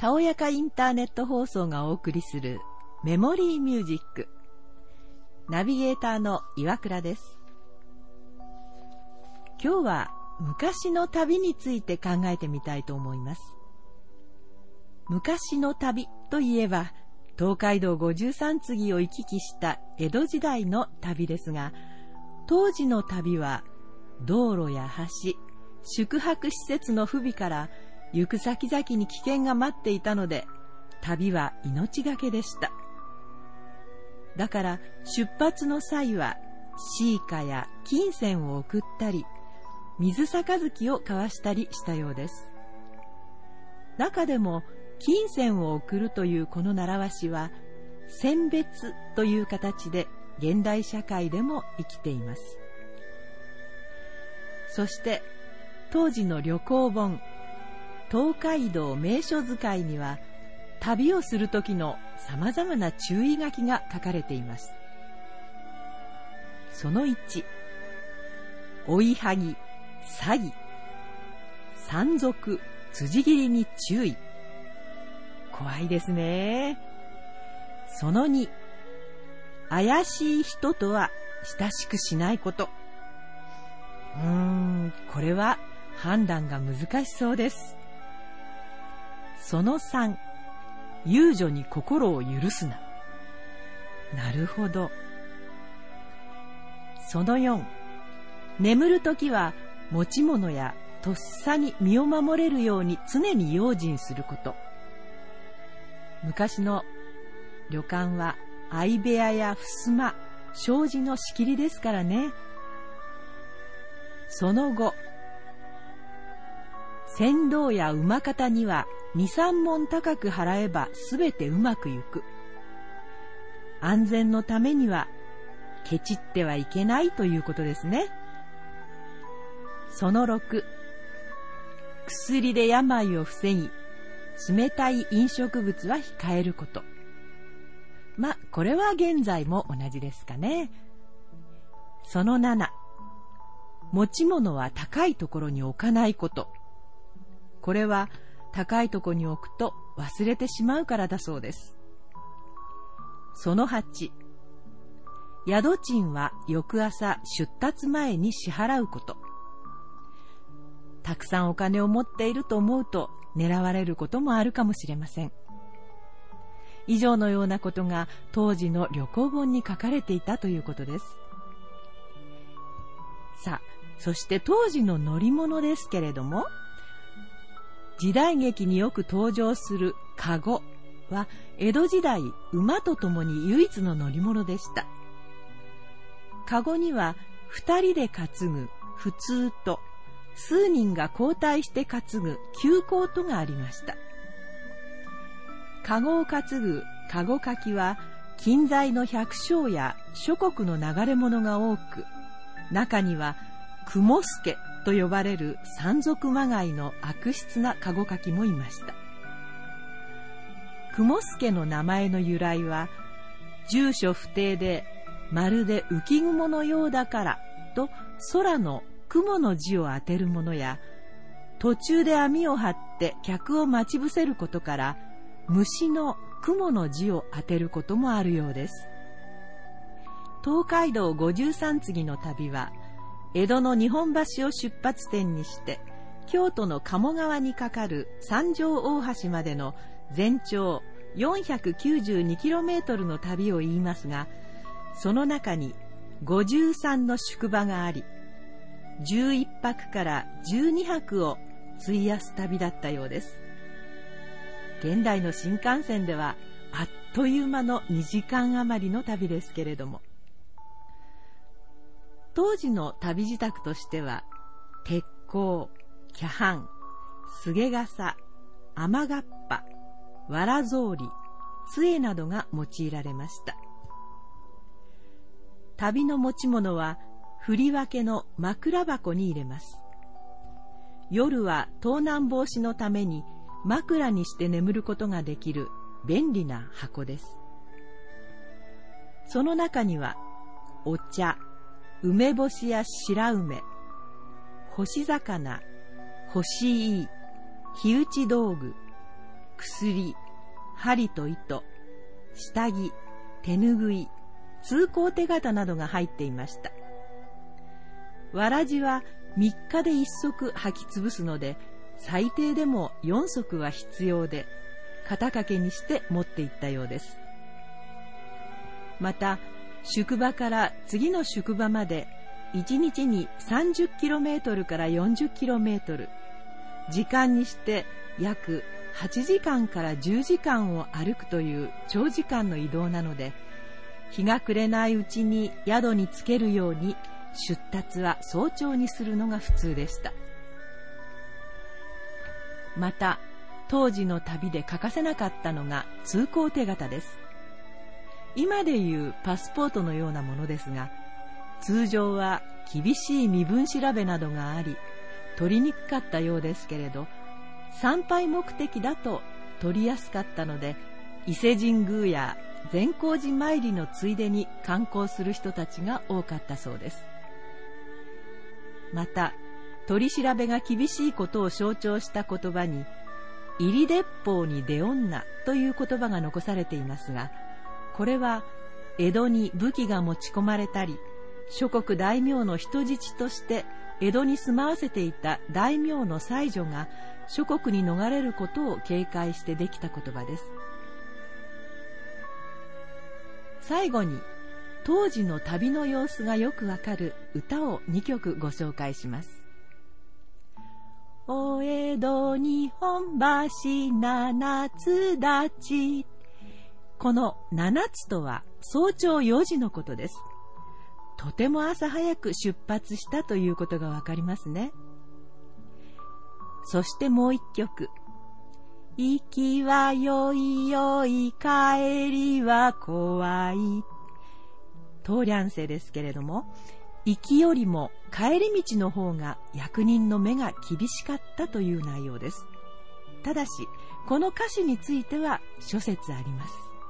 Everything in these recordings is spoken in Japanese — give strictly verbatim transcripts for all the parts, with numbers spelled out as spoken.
たおやかインターネット放送がお送りするメモリーミュージック。ナビゲーターの岩倉です。今日は昔の旅について考えてみたいと思います。昔の旅といえば、東海道五十三次を行き来した江戸時代の旅ですが、当時の旅は道路や橋、宿泊施設の不備から行く先々に危険が待っていたので、旅は命がけでした。だから出発の際はシーカや金銭を送ったり、水杯を交わしたりしたようです。中でも金銭を送るというこの習わしは、餞別という形で現代社会でも生きています。そして当時の旅行本、東海道名所図いには、旅をする時のさまざまな注意書きが書かれています。そのいち、追いはぎ、詐欺、山賊、辻斬りに注意。怖いですね。そのに、怪しい人とは親しくしないこと。うーん、これは判断が難しそうです。そのさん、遊女に心を許すな。なるほど。そのよん、眠るときは持ち物やとっさに身を守れるように常に用心すること。昔の旅館は相部屋や襖、障子の仕切りですからね。その後、船頭や馬方には二三文高く払えばすべてうまくいく。安全のためにはケチってはいけないということですね。そのろく、薬で病を防ぎ、冷たい飲食物は控えること。ま、これは現在も同じですかね。そのなな、持ち物は高いところに置かないこと。これは高いところに置くと忘れてしまうからだそうです。そのはち、宿賃は翌朝出立前に支払うこと。たくさんお金を持っていると思うと狙われることもあるかもしれません。以上のようなことが当時の旅行本に書かれていたということです。さあ、そして当時の乗り物ですけれども、時代劇によく登場するカゴは江戸時代馬とともに唯一の乗り物でした。カゴには二人で担ぐ普通と数人が交代して担ぐ急行とがありました。カゴを担ぐカゴかきは近在の百姓や諸国の流れ物が多く、中には雲助と呼ばれる山賊まがいの悪質なカゴかきもいました。雲助の名前の由来は、住所不定でまるで浮雲のようだからと空の雲の字を当てるものや、途中で網を張って客を待ち伏せることから虫の雲の字を当てることもあるようです。東海道五十三次の旅は、江戸の日本橋を出発点にして京都の鴨川に架かる三条大橋までの全長 よんひゃくきゅうじゅうにキロメートル の旅を言いますが、その中にごじゅうさんの宿場があり、じゅういっぱくからじゅうにはくを費やす旅だったようです。現代の新幹線ではあっという間のにじかん余りの旅ですけれども、当時の旅支度としては、鉄鋼、キャハン、すげ傘、雨がっぱ、わら草履、杖などが用いられました。旅の持ち物は振り分けの枕箱に入れます。夜は盗難防止のために枕にして眠ることができる便利な箱です。その中にはお茶、梅干しや白梅、干し魚、干しいい、火打ち道具、 薬、針と糸、下着、手ぬぐい、通行手形などが入っていました。わらじはみっかでいっ足履き潰すので、最低でもよん足は必要で、肩掛けにして持っていったようです。また、宿場から次の宿場までいちにちに さんじゅっキロメートル から よんじゅっキロメートル、時間にして約はちじかんからじゅうじかんを歩くという長時間の移動なので、日が暮れないうちに宿につけるように出立は早朝にするのが普通でした。また、当時の旅で欠かせなかったのが通行手形です。今でいうパスポートのようなものですが、通常は厳しい身分調べなどがあり、取りにくかったようですけれど、参拝目的だと取りやすかったので、伊勢神宮や善光寺参りのついでに観光する人たちが多かったそうです。また、取り調べが厳しいことを象徴した言葉に、入り鉄砲に出女という言葉が残されていますが、これは江戸に武器が持ち込まれたり、諸国大名の人質として江戸に住まわせていた大名の妻女が諸国に逃れることを警戒してできた言葉です。最後に、当時の旅の様子がよくわかる歌をにきょくご紹介します。お江戸日本橋七つ立ち。この七つとは早朝よじのことです。とても朝早く出発したということがわかりますね。そしてもう一曲。行きはよいよい、帰りは怖い。当梁世ですけれども、行きよりも帰り道の方が役人の目が厳しかったという内容です。ただし、この歌詞については諸説あります。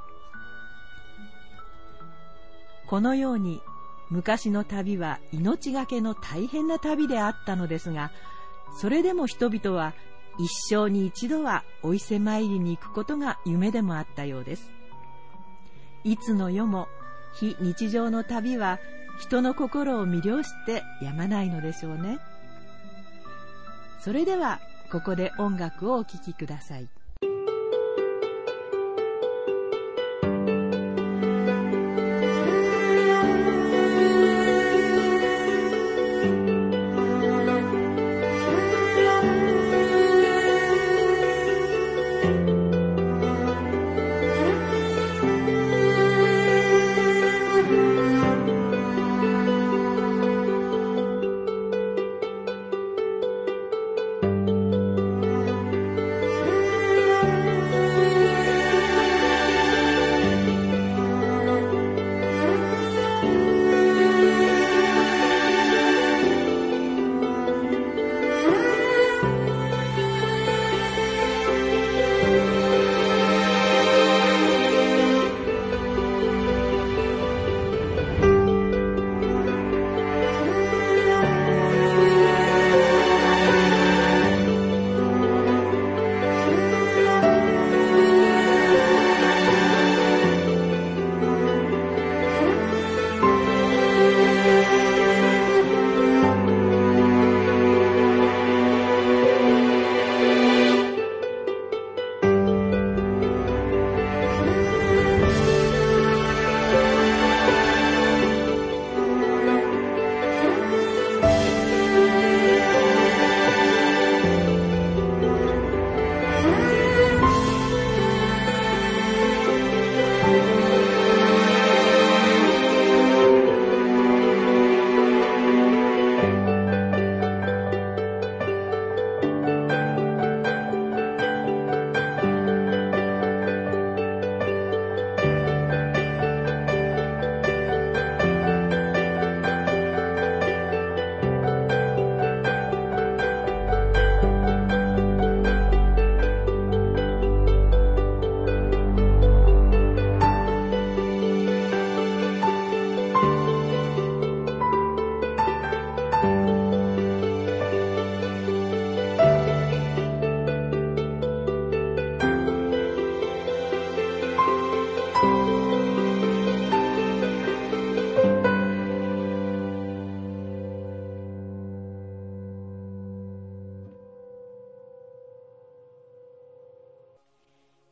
このように、昔の旅は命がけの大変な旅であったのですが、それでも人々は一生に一度はお伊勢参りに行くことが夢でもあったようです。いつの世も非日常の旅は人の心を魅了してやまないのでしょうね。それではここで音楽をお聴きください。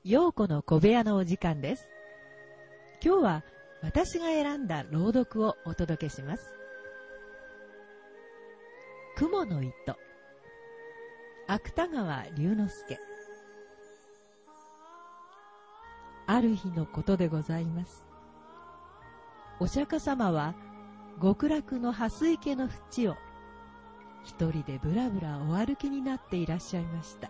陽子の小部屋のお時間です。今日は私が選んだ朗読をお届けします。雲の糸、芥川龍之介。ある日のことでございます。お釈迦様は極楽の蓮池の淵を一人でぶらぶらお歩きになっていらっしゃいました。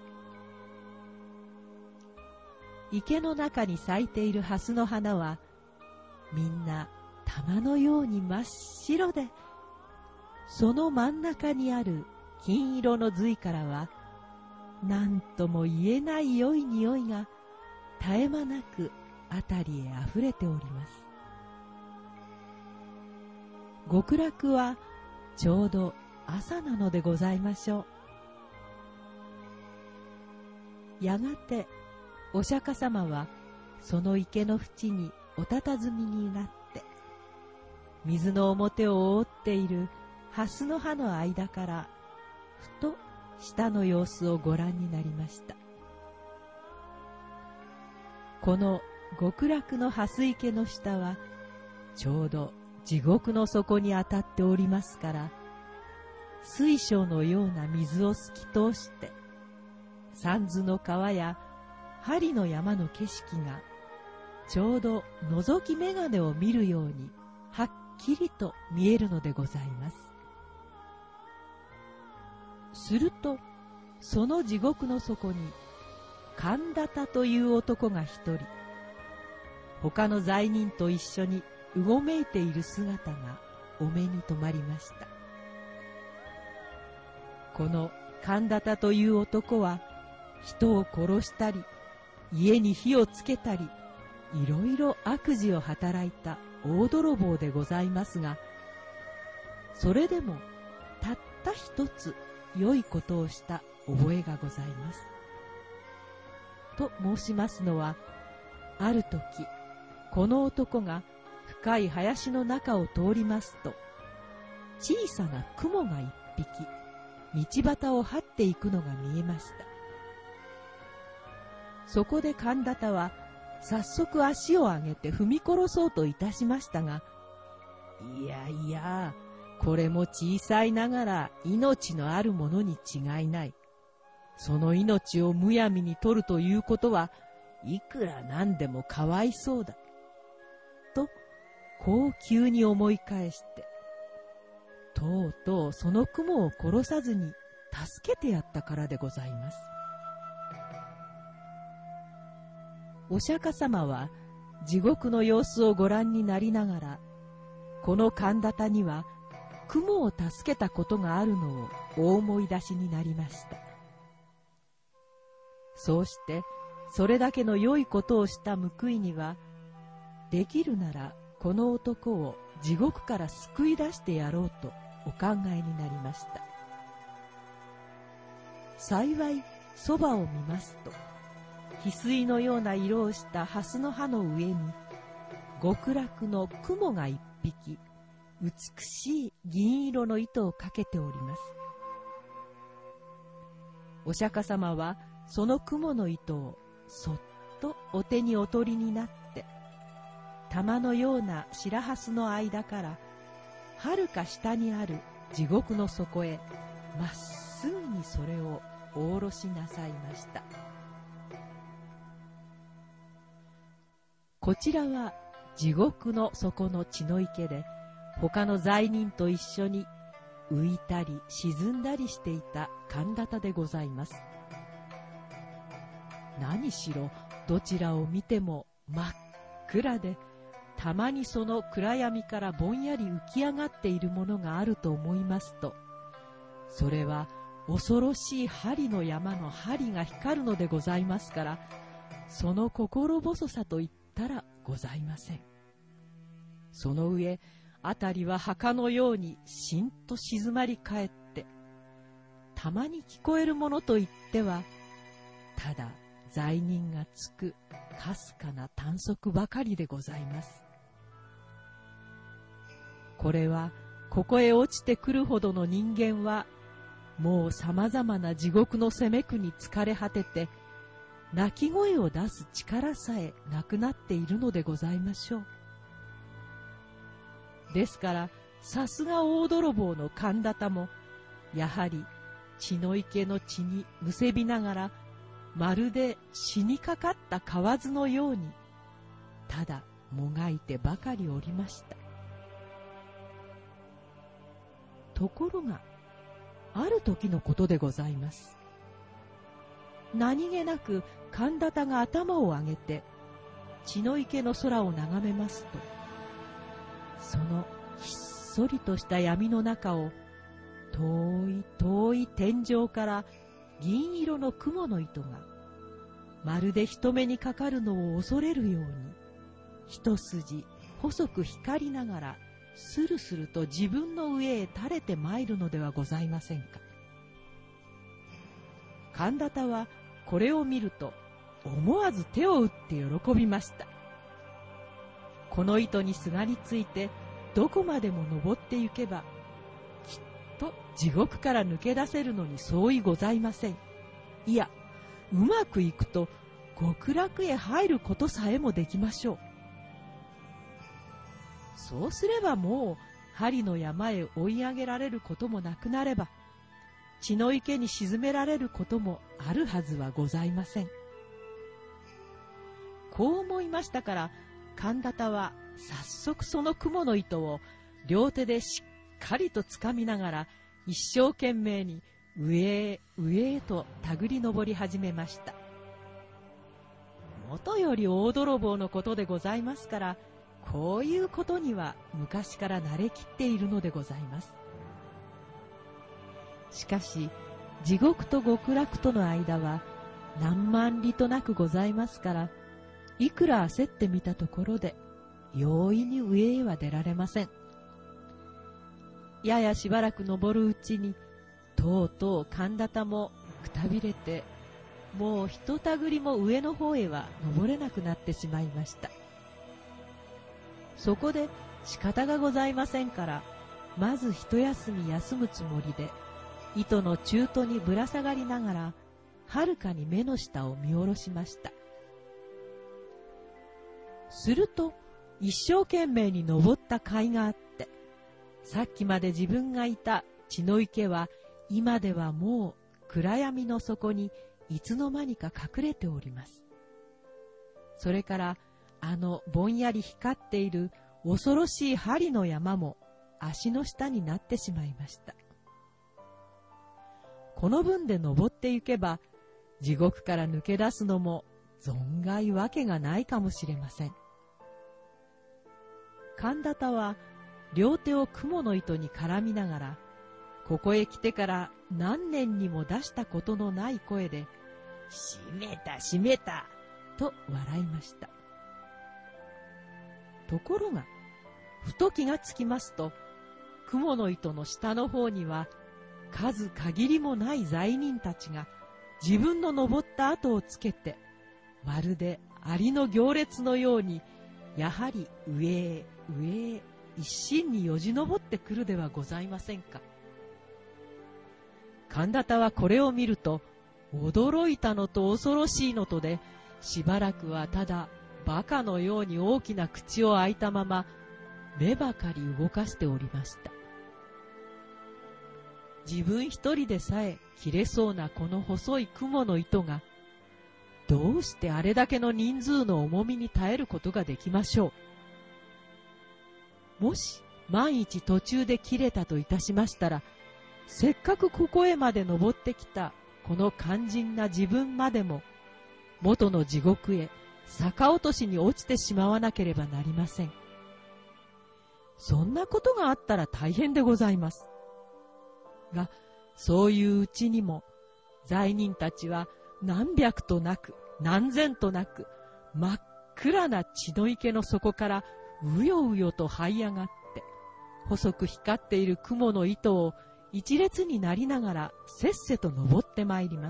池の中に咲いている蓮の花はみんな玉のように真っ白で、その真ん中にある金色の髄からは何とも言えない良い匂いが絶え間なくあたりへあふれております。極楽はちょうど朝なのでございましょう。やがてお釈迦様はその池の縁にお佇みになって、水の表を覆っている蓮の葉の間からふと下の様子をご覧になりました。この極楽の蓮池の下はちょうど地獄の底に当たっておりますから、水晶のような水を透き通して三途の川や針の山の景色がちょうど覗き眼鏡を見るようにはっきりと見えるのでございます。するとその地獄の底に神田田という男が一人、他の罪人と一緒にうごめいている姿がお目に留まりました。この神田田という男は人を殺したり家に火をつけたりいろいろ悪事を働いた大泥棒でございますが、それでもたった一つ良いことをした覚えがございます。と申しますのは、ある時この男が深い林の中を通りますと、小さな雲が一匹道端を這っていくのが見えました。そこで神田田は早速足を上げて踏み殺そうといたしましたが、いやいや、これも小さいながら命のあるものに違いない。その命をむやみに取るということはいくらなんでもかわいそうだ。と、こう急に思い返して、とうとうその雲を殺さずに助けてやったからでございます。お釈迦様は地獄の様子をご覧になりながら、この神田田には雲を助けたことがあるのをお思い出しになりました。そうしてそれだけの良いことをした報いには、できるならこの男を地獄から救い出してやろうとお考えになりました。幸いそばを見ますと、翡翠のような色をした蓮の葉の上に極楽の雲が一匹美しい銀色の糸をかけております。お釈迦様はその雲の糸をそっとお手にお取りになって、玉のような白蓮の間からはるか下にある地獄の底へまっすぐにそれをお下ろしなさいました。こちらは地獄の底の血の池で、他の罪人と一緒に浮いたり沈んだりしていた神田田でございます。何しろどちらを見ても真っ暗で、たまにその暗闇からぼんやり浮き上がっているものがあると思いますと、それは恐ろしい針の山の針が光るのでございますから、その心細さといったらございません。その上、あたりは墓のようにしんと静まり返って、たまに聞こえるものといっては、ただ罪人がつくかすかな短足ばかりでございます。これはここへ落ちてくるほどの人間はもうさまざまな地獄の責め苦に疲れ果てて、 鳴き声を出す力さえなくなっているのでございましょう。ですから、さすが大泥棒の神田田も、やはり血の池の血にむせびながら、まるで死にかかった蛙のように、ただもがいてばかりおりました。ところが、ある時のことでございます。何気なく神田田が頭を上げて、血の池の空を眺めますと、そのひっそりとした闇の中を、遠い遠い天井から銀色の雲の糸が、まるで人目にかかるのを恐れるように、一筋細く光りながら、スルスルと自分の上へ垂れて参るのではございませんか。神田田はこれを見ると、思わず手を打って喜びました。この糸にすがりついて、どこまでも登って行けば、きっと地獄から抜け出せるのに相違ございません。いや、うまくいくと極楽へ入ることさえもできましょう。そうすればもう針の山へ追い上げられることもなくなれば、血の池に沈められることもあるはずはございません。こう思いましたから、神田田は早速その雲の糸を両手でしっかりとつかみながら、一生懸命に上へ上へとたぐり登り始めました。もとより大泥棒のことでございますから、こういうことには昔から慣れきっているのでございます。しかし、地獄と極楽との間は何万里となくございますから、いくら焦ってみたところで、容易に上へは出られません。ややしばらく登るうちに、とうとう神田田もくたびれて、もうひとたぐりも上の方へは登れなくなってしまいました。そこで仕方がございませんから、まず一休み休むつもりで、糸の中途にぶら下がりながら、はるかに目の下を見下ろしました。すると、一生懸命に登った甲斐があって、さっきまで自分がいた血の池は、今ではもう暗闇の底にいつの間にか隠れております。それから、あのぼんやり光っている恐ろしい針の山も足の下になってしまいました。この分で登って行けば、地獄から抜け出すのも存外わけがないかもしれません。神田田は両手を雲の糸に絡みながら、ここへ来てから何年にも出したことのない声で、しめたしめたと笑いました。ところが、ふと気がつきますと、雲の糸の下の方には、数限りもない罪人たちが自分の登った跡をつけて、まるでアリの行列のように、やはり上へ上へ一心によじ登ってくるではございませんか。神田田はこれを見ると、驚いたのと恐ろしいのとで、しばらくはただバカのように大きな口を開いたまま、目ばかり動かしておりました。自分一人でさえ切れそうなこの細い雲の糸が、どうしてあれだけの人数の重みに耐えることができましょう。もし万一途中で切れたといたしましたら、せっかくここへまで登ってきたこの肝心な自分までも、元の地獄へ逆落としに落ちてしまわなければなりません。そんなことがあったら大変でございます。が、そういううちにも、罪人たちは何百となく、何千となく、真っ暗な血の池の底からうようよと這い上がって、細く光っている雲の糸を一列になりながらせっせと登ってまいります。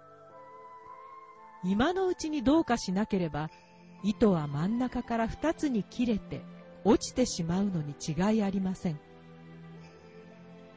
今のうちにどうかしなければ、糸は真ん中から二つに切れて落ちてしまうのに違いありません。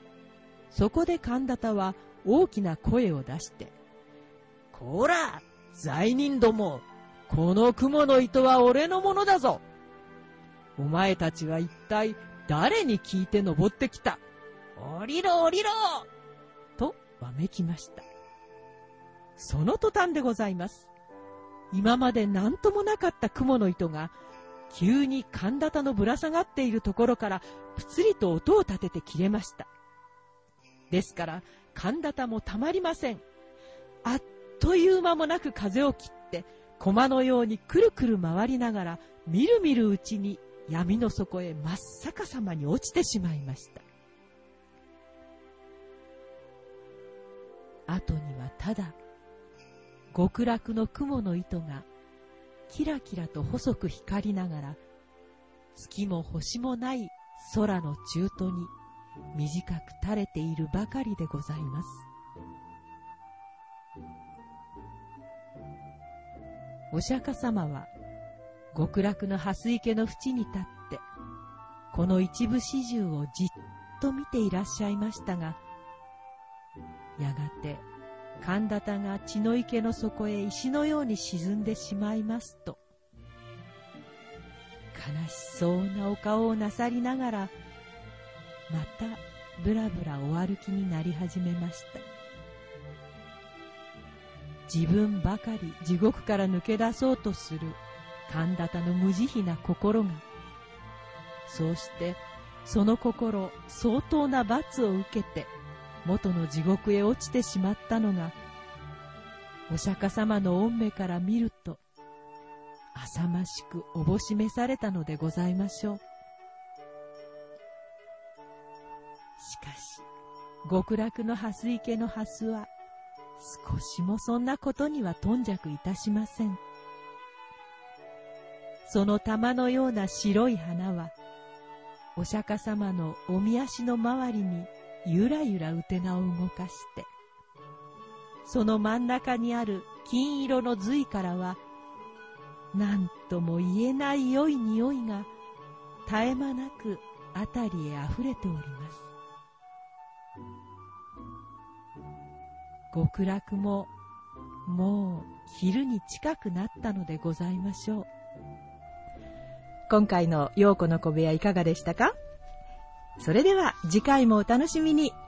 そこで神田田は大きな声を出して、こら、 罪人ども、この雲の糸は俺のものだぞ。お前たちは一体誰に聞いて登ってきた。降りろ降りろとわめきました。その途端でございます。今まで何ともなかった雲の糸が、急に寒鞈のぶら下がっているところからぷつりと音を立てて切れました。ですから寒鞈もたまりません。あっという間もなく風を切って駒のようにくるくる回りながら、みるみるうちに闇の底へ真っ逆さまに落ちてしまいました。後にはただ極楽の雲の糸がキラキラと細く光りながら、月も星もない空の中途に短く垂れているばかりでございます。お釈迦様は極楽の蓮池の淵に立ってこの一部始終をじっと見ていらっしゃいましたが、やがて寒鞈が血の池の底へ石のように沈んでしまいますと、悲しそうなお顔をなさりながらまたぶらぶらお歩きになり始めました。自分ばかり地獄から抜け出そうとする寒鞈の無慈悲な心が、そうしてその心相当な罰を受けて元の地獄へ落ちてしまったのが、お釈迦様の御目から見ると浅ましくおぼしめされたのでございましょう。しかし極楽の蓮池の蓮は少しもそんなことには頓着いたしません。その玉のような白い花はお釈迦様のおみ足の周りにゆらゆらうてなを動かして、その真ん中にある金色の髄からは何とも言えない良い匂いが絶え間なくあたりへあふれております。極楽ももう昼に近くなったのでございましょう。 今回の陽子の小部屋いかがでしたか？それでは次回もお楽しみに。